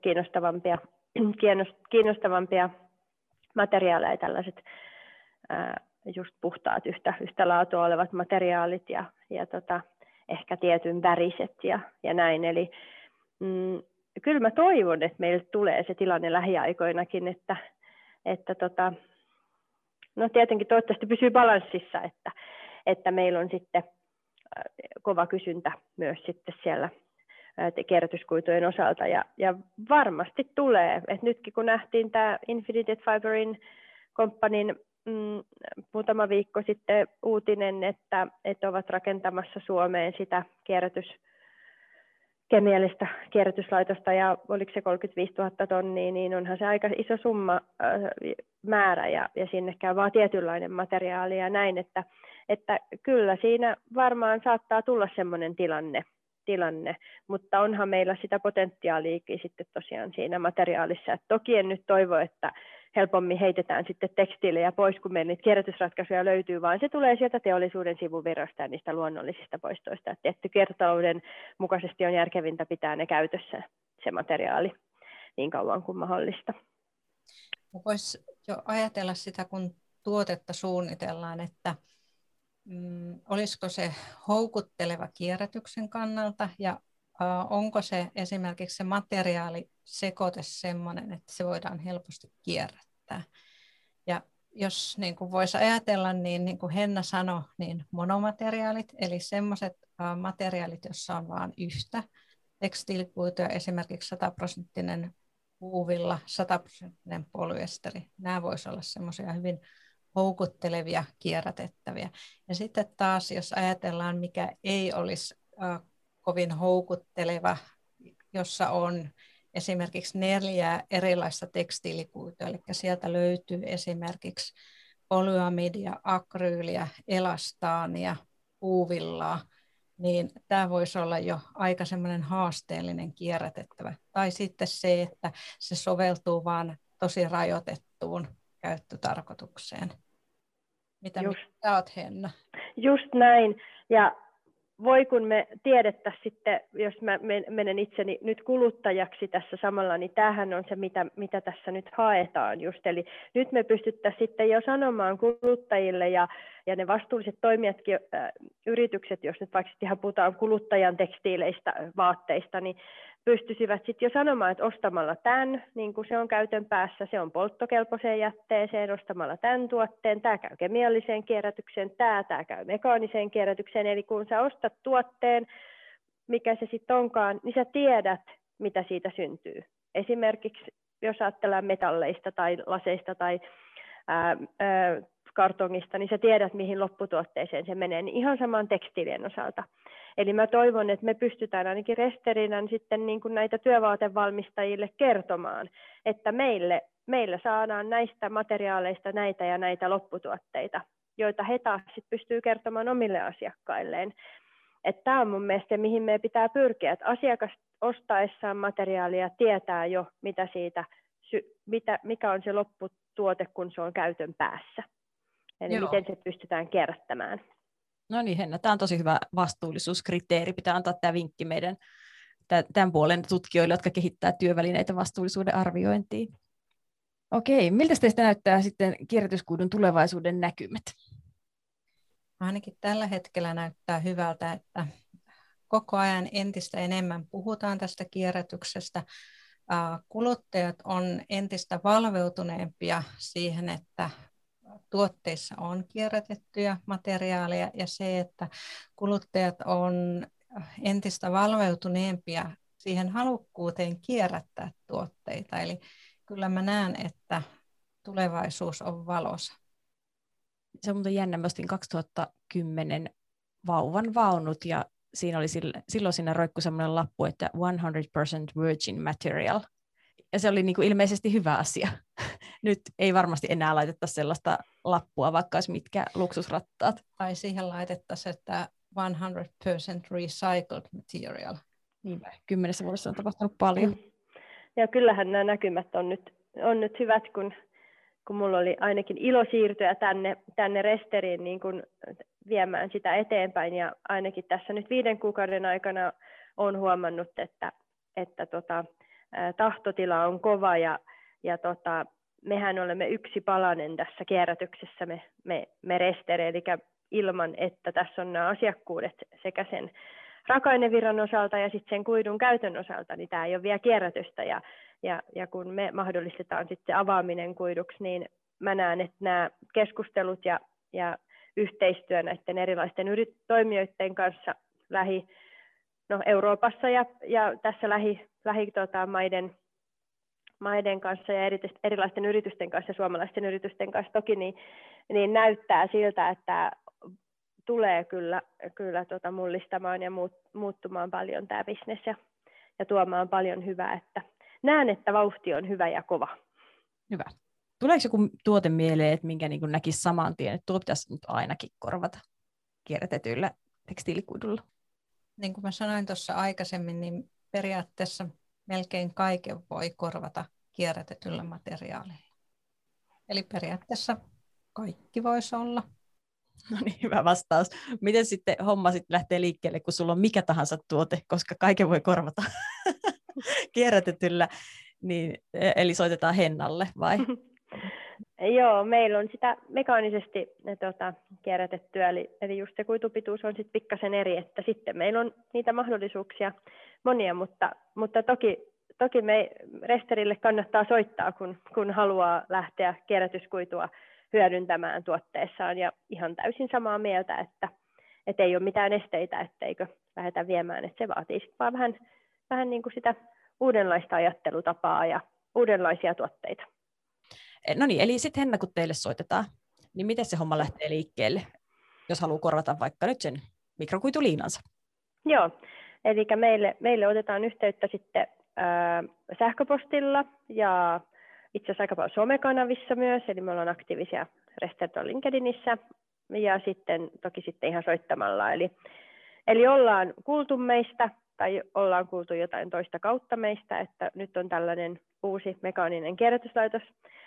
kiinnostavampia materiaaleja, tällaiset just puhtaat yhtä laatua olevat materiaalit ja ehkä tietyn väriset ja näin. Eli kyllä mä toivon, että meille tulee se tilanne lähiaikoinakin, että no tietenkin toivottavasti pysyy balanssissa, että meillä on sitten kova kysyntä myös sitten siellä kierrätyskuitujen osalta ja varmasti tulee. Et nytkin kun nähtiin tämä Infinited Fiberin Companyn muutama viikko sitten uutinen, että ovat rakentamassa Suomeen sitä kemiallista kierrätyslaitosta ja oliko se 35 000 tonnia, niin onhan se aika iso määrä ja sinne käy vaan tietynlainen materiaali ja näin, että kyllä siinä varmaan saattaa tulla semmoinen tilanne, mutta onhan meillä sitä potentiaalia sitten tosiaan siinä materiaalissa. Et toki en nyt toivo, että helpommin heitetään sitten tekstiilejä pois, kun meillä niitä kierrätysratkaisuja löytyy, vaan se tulee sieltä teollisuuden sivuvirroista ja niistä luonnollisista poistoista. Tietty kiertotalouden mukaisesti on järkevintä pitää ne käytössä, se materiaali, niin kauan kuin mahdollista. Voisi jo ajatella sitä, kun tuotetta suunnitellaan, että olisiko se houkutteleva kierrätyksen kannalta ja onko se esimerkiksi se materiaalisekoite sellainen, että se voidaan helposti kierrättää. Ja jos niin kuin voisi ajatella, niin kuin Henna sanoi, niin monomateriaalit, eli sellaiset materiaalit, joissa on vain yhtä tekstiilikuitua, esimerkiksi 100% puuvilla, 100% polyesteri. Nämä voisivat olla semmoisia hyvin houkuttelevia, kierrätettäviä. Ja sitten taas, jos ajatellaan, mikä ei olisi kovin houkutteleva, jossa on esimerkiksi 4 erilaista tekstiilikuitua, eli sieltä löytyy esimerkiksi polyamidia, akryyliä, elastaania, puuvillaa, niin tämä voisi olla jo aika semmoinen haasteellinen kierrätettävä. Tai sitten se, että se soveltuu vain tosi rajoitettuun käyttötarkoitukseen. Mitä olet, Henna? Just näin. Ja voi kun me tiedettäisiin sitten, jos mä menen itseni nyt kuluttajaksi tässä samalla, niin tämähän on se, mitä tässä nyt haetaan just. Eli nyt me pystyttäisiin sitten jo sanomaan kuluttajille ja ne vastuulliset toimijatkin, yritykset, jos nyt vaikka ihan puhutaan kuluttajan tekstiileistä, vaatteista, niin pystyisivät sitten jo sanomaan, että ostamalla tämän, niin kuin se on käytön päässä, se on polttokelpoiseen jätteeseen, ostamalla tämän tuotteen, tämä käy kemialliseen kierrätykseen, tämä käy mekaaniseen kierrätykseen, eli kun sä ostat tuotteen, mikä se sitten onkaan, niin sä tiedät, mitä siitä syntyy. Esimerkiksi jos ajatellaan metalleista tai laseista tai kartongista, niin sä tiedät, mihin lopputuotteeseen se menee, niin ihan saman tekstiilien osalta. Eli mä toivon, että me pystytään ainakin Resterinä sitten niin kuin näitä työvaatevalmistajille kertomaan, että meillä saadaan näistä materiaaleista näitä ja näitä lopputuotteita, joita he taas sit pystyy kertomaan omille asiakkailleen. Tämä on mun mielestä se, mihin meidän pitää pyrkiä, että asiakas ostaessaan materiaalia tietää jo, mikä on se lopputuote, kun se on käytön päässä. Eli miten se pystytään kierrättämään. No niin, Henna, tämä on tosi hyvä vastuullisuuskriteeri. Pitää antaa tämä vinkki meidän tämän puolen tutkijoille, jotka kehittää työvälineitä vastuullisuuden arviointiin. Okei, miltä teistä näyttää sitten kierrätyskuidun tulevaisuuden näkymät? Ainakin tällä hetkellä näyttää hyvältä, että koko ajan entistä enemmän puhutaan tästä kierrätyksestä. Kuluttajat on entistä valveutuneempia siihen, että tuotteissa on kierrätettyjä materiaaleja ja se, että kuluttajat on entistä valveutuneempia siihen halukkuuteen kierrättää tuotteita. Eli kyllä mä näen, että tulevaisuus on valoisa. Se on muuten jännä, mä ostin 2010 vauvan vaunut ja silloin siinä roikkui sellainen lappu, että 100% virgin material. Ja se oli niin kuin ilmeisesti hyvä asia. Nyt ei varmasti enää laitettaisi sellaista lappua, vaikka olisi mitkä luksusrattaat. Tai siihen laitettaisiin, että 100% recycled material. Niin, 10 vuodessa on tapahtunut paljon. Ja kyllähän nämä näkymät on nyt hyvät, kun mulla oli ainakin ilo siirtyä tänne Resteriin niin kun viemään sitä eteenpäin. Ja ainakin tässä nyt 5 kuukauden aikana olen huomannut, että tahtotila on kova ja mehän olemme yksi palanen tässä kierrätyksessä, me Resteri, eli ilman, että tässä on nämä asiakkuudet sekä sen raaka-ainevirran osalta ja sitten sen kuidun käytön osalta, niin tämä ei ole vielä kierrätystä. Ja kun me mahdollistetaan sitten se avaaminen kuiduksi, niin mä näen, että nämä keskustelut ja yhteistyö näiden erilaisten toimijoiden kanssa Euroopassa ja tässä maiden kanssa ja erilaisten yritysten kanssa, suomalaisten yritysten kanssa toki, niin näyttää siltä, että tulee kyllä mullistamaan ja muuttumaan paljon tämä bisnes ja tuomaan paljon hyvää. Että näen, että vauhti on hyvä ja kova. Hyvä. Tuleeko joku tuote mieleen, että minkä niin näkisi saman tien, että tuo pitäisi nyt ainakin korvata kierrätetyillä tekstiilikuidulla? Niin kuin mä sanoin tuossa aikaisemmin, niin periaatteessa melkein kaiken voi korvata kierrätetyllä materiaalilla. Eli periaatteessa kaikki voisi olla. No niin, hyvä vastaus. Miten sitten homma sitten lähtee liikkeelle, kun sulla on mikä tahansa tuote, koska kaiken voi korvata kierrätetyllä, niin, eli soitetaan Hennalle, vai? Joo, meillä on sitä mekaanisesti kierrätettyä, eli just se kuitupituus on sitten pikkasen eri, että sitten meillä on niitä mahdollisuuksia monia, mutta toki me Resterille kannattaa soittaa, kun haluaa lähteä kierrätyskuitua hyödyntämään tuotteessaan, ja ihan täysin samaa mieltä, että ei ole mitään esteitä, etteikö lähdetä viemään, että se vaatii sitten vaan vähän niin kuin sitä uudenlaista ajattelutapaa ja uudenlaisia tuotteita. No niin, eli sitten Henna, kun teille soitetaan, niin miten se homma lähtee liikkeelle, jos haluaa korvata vaikka nyt sen mikrokuituliinansa? Joo, eli meille otetaan yhteyttä sitten sähköpostilla ja itse asiassa aika paljon somekanavissa myös, eli me ollaan aktiivisia Rester LinkedInissä ja toki sitten ihan soittamalla. Eli ollaan kuultu meistä tai ollaan kuultu jotain toista kautta meistä, että nyt on tällainen uusi mekaaninen kierrätyslaitos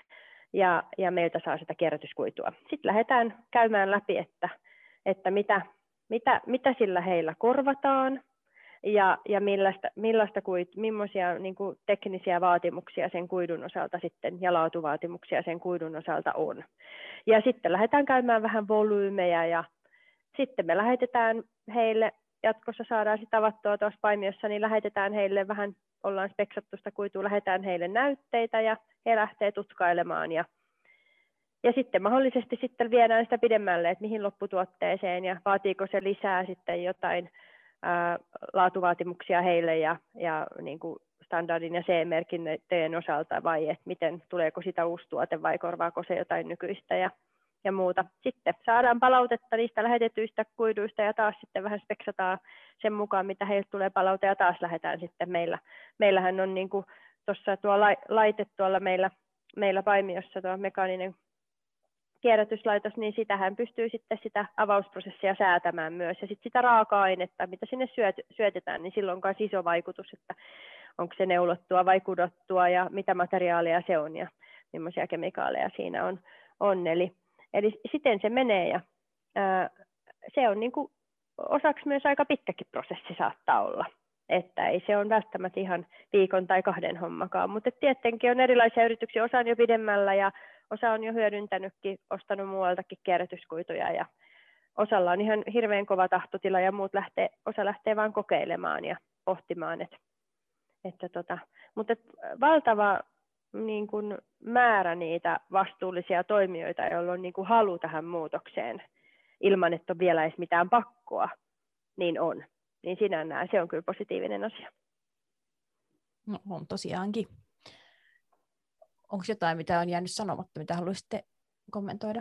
ja meiltä saa sitä kierrätyskuitua. Sitten lähdetään käymään läpi, että mitä sillä heillä korvataan ja millaisia niin kuin teknisiä vaatimuksia sen kuidun osalta sitten ja laatuvaatimuksia sen kuidun osalta on. Ja sitten lähdetään käymään vähän volyymeja ja sitten me lähetetään heille, jatkossa saadaan sitä avattua tuossa Paimiossa, niin lähetetään heille vähän, ollaan speksattu sitä kuitua, lähetään heille näytteitä ja he lähtee tutkailemaan ja sitten mahdollisesti sitten viedään sitä pidemmälle, että mihin lopputuotteeseen ja vaatiiko se lisää sitten jotain laatuvaatimuksia heille ja niin kuin standardin ja CE-merkintöjen osalta vai että miten tuleeko sitä uusi tuote vai korvaako se jotain nykyistä ja muuta. Sitten saadaan palautetta niistä lähetetyistä kuiduista ja taas sitten vähän speksataan sen mukaan, mitä heiltä tulee palaute ja taas lähdetään sitten meillähän on niin kuin tuossa tuo laite tuolla meillä Paimiossa, tuo mekaaninen kierrätyslaitos, niin sitähän pystyy sitten sitä avausprosessia säätämään myös. Ja sitten sitä raaka-ainetta, mitä sinne syötetään, niin silloin on myös iso vaikutus, että onko se neulottua vai kudottua ja mitä materiaalia se on ja millaisia kemikaaleja siinä on. Eli siten se menee ja se on niin kuin osaksi myös aika pitkäkin prosessi saattaa olla. Että ei se ole välttämättä ihan viikon tai 2 hommakaan, mutta tietenkin on erilaisia yrityksiä, osa on jo pidemmällä ja osa on jo hyödyntänytkin, ostanut muualtakin kierrätyskuituja ja osalla on ihan hirveän kova tahtotila ja osa lähtee vaan kokeilemaan ja pohtimaan. Mutta valtava niin kuin määrä niitä vastuullisia toimijoita, joilla on niin kuin halu tähän muutokseen ilman, että on vielä edes mitään pakkoa, niin on. Niin sinällään se on kyllä positiivinen asia. No, on tosiaankin. Onko jotain, mitä on jäänyt sanomatta, mitä haluaisitte kommentoida?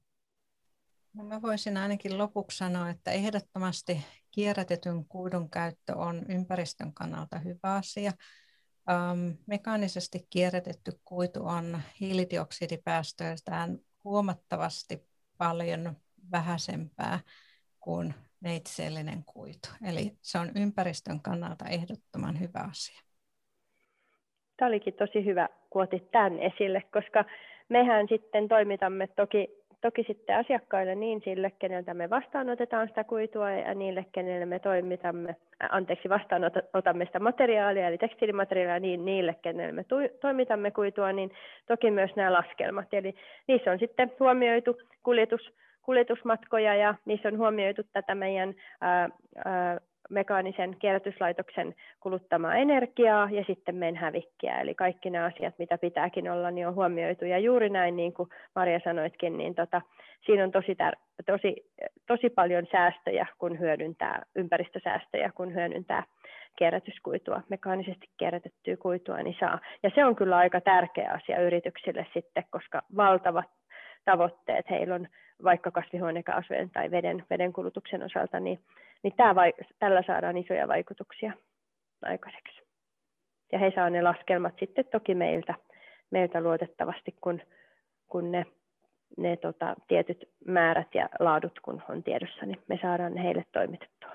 No, mä voisin ainakin lopuksi sanoa, että ehdottomasti kierrätetyn kuidun käyttö on ympäristön kannalta hyvä asia. Mekaanisesti kierrätetty kuitu on hiilidioksidipäästöiltään huomattavasti paljon vähäisempää kuin neitseellinen kuitu. Eli se on ympäristön kannalta ehdottoman hyvä asia. Tämä olikin tosi hyvä, kun otit tämän esille, koska mehän sitten toimitamme toki sitten asiakkaille niin sille, keneltä me vastaanotetaan sitä kuitua ja niille, kenelle me vastaanotamme sitä materiaalia, eli tekstiilimateriaalia, niin niille, kenelle me toimitamme kuitua, niin toki myös nämä laskelmat. Eli niissä on sitten huomioitu kuljetusmatkoja ja niissä on huomioitu tätä meidän mekaanisen kierrätyslaitoksen kuluttamaa energiaa ja sitten meidän hävikkiä. Eli kaikki nämä asiat, mitä pitääkin olla, niin on huomioitu. Ja juuri näin, niin kuin Marja sanoitkin, niin siinä on tosi paljon säästöjä, kun ympäristösäästöjä, kun hyödyntää kierrätyskuitua, mekaanisesti kierrätettyä kuitua, niin saa. Ja se on kyllä aika tärkeä asia yrityksille sitten, koska valtavat tavoitteet heillä on vaikka kasvihuonekaasujen tai veden kulutuksen osalta, niin tällä saadaan isoja vaikutuksia aikaiseksi. Ja he saa ne laskelmat sitten toki meiltä luotettavasti, kun ne tietyt määrät ja laadut kun on tiedossa, niin me saadaan ne heille toimitettua.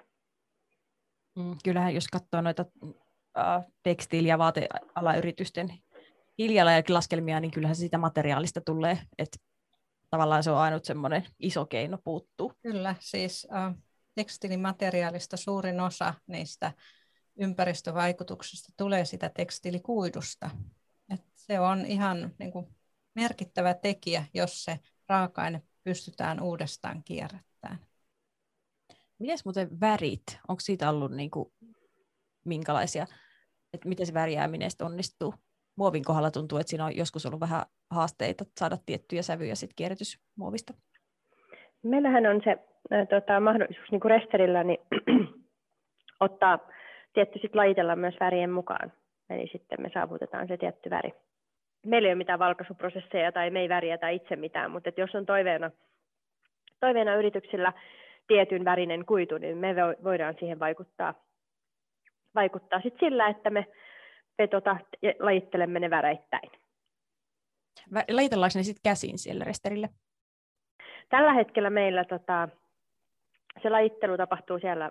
Kyllähän jos katsoo noita tekstiili- ja vaatealayritysten hiilijalanjälkilaskelmia, niin kyllähän se siitä materiaalista tulee, että tavallaan se on ainut semmoinen iso keino puuttuu. Kyllä, siis tekstiilimateriaalista suurin osa niistä ympäristövaikutuksista tulee sitä tekstiilikuidusta. Et se on ihan niin kuin merkittävä tekijä, jos se raaka-aine pystytään uudestaan kierrättämään. Mites muuten värit? Onko siitä ollut niin kuin minkälaisia, että miten se värjääminen onnistuu? Muovin kohdalla tuntuu, että siinä on joskus ollut vähän haasteita saada tiettyjä sävyjä sit kierrätysmuovista. Meillähän on se mahdollisuus niin kuin resterillä niin ottaa tietty sit lajitella myös värien mukaan. Eli sitten me saavutetaan se tietty väri. Meillä ei ole mitään valkaisuprosesseja tai me ei värjätä itse mitään, mutta jos on toiveena yrityksillä tietyn värinen kuitu, niin me voidaan siihen vaikuttaa sit sillä, että me lajittelemme ne väreittäin. Lajitellaanko ne sitten käsin siellä resterillä? Tällä hetkellä meillä se lajittelu tapahtuu siellä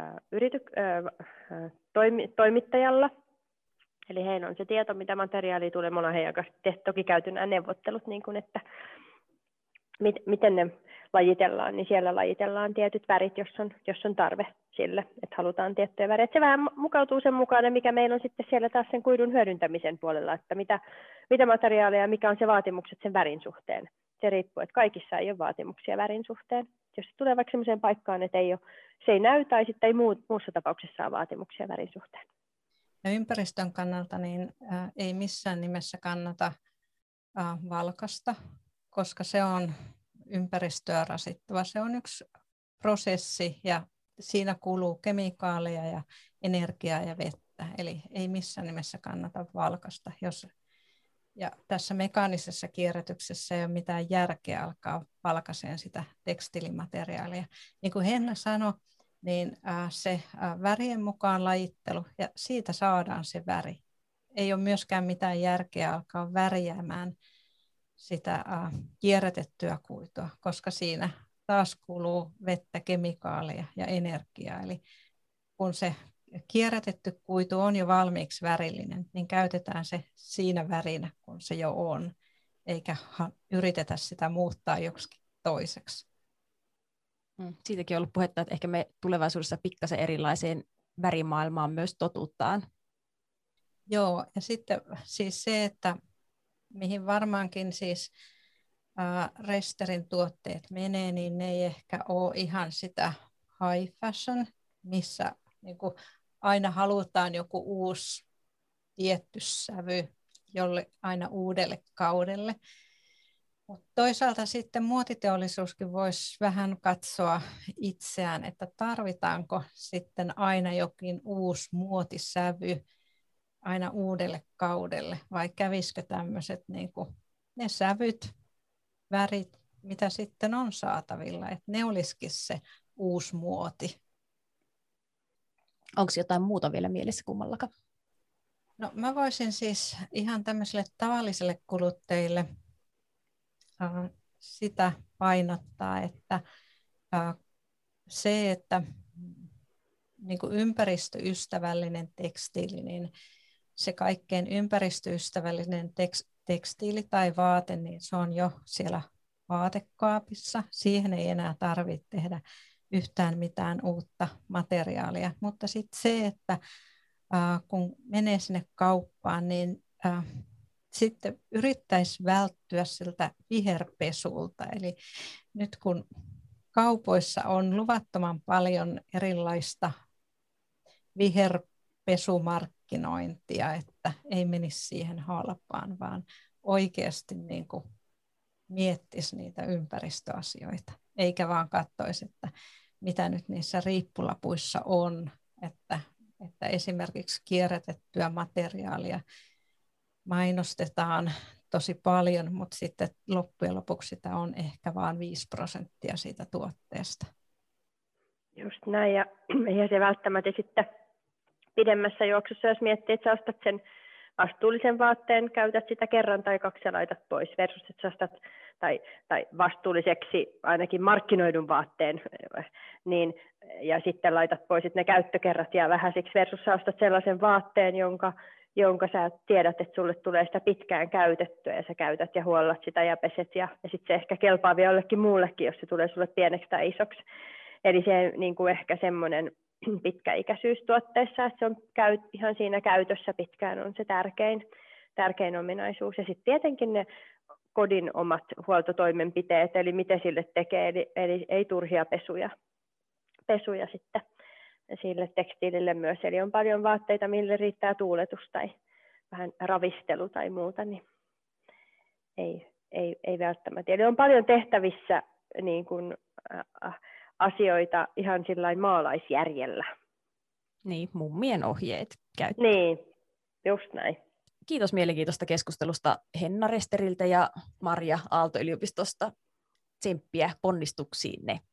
toimittajalla. Eli heillä on se tieto, mitä materiaalia tulee. Me ollaan heidän kanssa toki käyty nämä neuvottelut, niin kuin, että miten ne lajitellaan, niin siellä lajitellaan tietyt värit, jos on tarve sille, että halutaan tiettyjä värejä. Se vähän mukautuu sen mukaan, mikä meillä on sitten siellä taas sen kuidun hyödyntämisen puolella, että mitä materiaalia ja mikä on se vaatimukset sen värin suhteen. Se riippuu, että kaikissa ei ole vaatimuksia värin suhteen. Jos se tulee vaikka sellaiseen paikkaan, että se ei näy tai sitten ei muussa tapauksessa ole vaatimuksia värin suhteen. Ja ympäristön kannalta niin ei missään nimessä kannata valkasta, koska se on ympäristöä rasittava. Se on yksi prosessi ja siinä kuluu kemikaaleja ja energiaa ja vettä. Eli ei missään nimessä kannata valkasta. Ja tässä mekaanisessa kierrätyksessä ei ole mitään järkeä alkaa valkaiseen sitä tekstiilimateriaalia. Niin kuin Henna sanoi, niin se värien mukaan lajittelu ja siitä saadaan se väri. Ei ole myöskään mitään järkeä alkaa värjäämään sitä kierrätettyä kuitua, koska siinä taas kuluu vettä, kemikaaleja ja energiaa. Eli kun se kierrätetty kuitu on jo valmiiksi värillinen, niin käytetään se siinä värinä, kun se jo on, eikä yritetä sitä muuttaa joksikin toiseksi. Siitäkin on ollut puhetta, että ehkä me tulevaisuudessa pikkasen erilaiseen värimaailmaan myös totutaan. Joo, ja sitten siis se, että mihin varmaankin siis Resterin tuotteet menee, niin ne ei ehkä ole ihan sitä high fashion, missä niin kuin aina halutaan joku uusi tietty sävy jolle aina uudelle kaudelle. Mutta toisaalta sitten muotiteollisuuskin voisi vähän katsoa itseään, että tarvitaanko sitten aina jokin uusi muotisävy aina uudelle kaudelle, vai kävisikö tämmöiset niinku ne sävyt, värit, mitä sitten on saatavilla, että ne olisikin se uusi muoti. Onko jotain muuta vielä mielessä kummallakaan? No, mä voisin siis ihan tämmöiselle tavalliselle kuluttajille sitä painottaa, että se, että niin kuin ympäristöystävällinen tekstiili, niin se kaikkein ympäristöystävällinen tekstiili tai vaate, niin se on jo siellä vaatekaapissa. Siihen ei enää tarvitse tehdä yhtään mitään uutta materiaalia. Mutta sitten se, että kun menee sinne kauppaan, niin sitten yrittäisi välttyä siltä viherpesulta. Eli nyt kun kaupoissa on luvattoman paljon erilaista viherpesumarkkinointia, että ei menisi siihen halpaan, vaan oikeasti niin kuin miettisi niitä ympäristöasioita, eikä vaan katsoisi, että mitä nyt niissä riippulapuissa on, että esimerkiksi kierrätettyä materiaalia mainostetaan tosi paljon, mutta sitten loppujen lopuksi sitä on ehkä vain 5% siitä tuotteesta. Just näin, ja eihän se välttämättä sitten pidemmässä juoksussa, jos miettii, että sä ostat sen vastuullisen vaatteen, käytät sitä kerran tai kaksi ja laitat pois, versus että sä ostat, tai vastuulliseksi ainakin markkinoidun vaatteen, niin, ja sitten laitat pois, että ne käyttökerrat jää vähäisiksi, versus sä ostat sellaisen vaatteen, jonka jonka sä tiedät, että sulle tulee sitä pitkään käytettyä ja sä käytät ja huollat sitä ja peset ja sitten se ehkä kelpaa vielä jollekin muullekin, jos se tulee sulle pieneksi tai isoksi. Eli se niin kuin ehkä semmoinen pitkäikäisyys tuotteessa, että se on ihan siinä käytössä pitkään on se tärkein ominaisuus. Ja sitten tietenkin ne kodin omat huoltotoimenpiteet, eli mitä sille tekee, eli ei turhia pesuja sitten sille tekstiilille myös. Eli on paljon vaatteita, mille riittää tuuletus tai vähän ravistelu tai muuta, niin ei välttämättä. Eli on paljon tehtävissä niin kuin, asioita ihan sillain maalaisjärjellä. Niin, mummien ohjeet käyttää. Niin, just näin. Kiitos mielenkiintoista keskustelusta Henna Resteriltä ja Marja Aalto-yliopistosta. Tsemppiä ponnistuksiinne.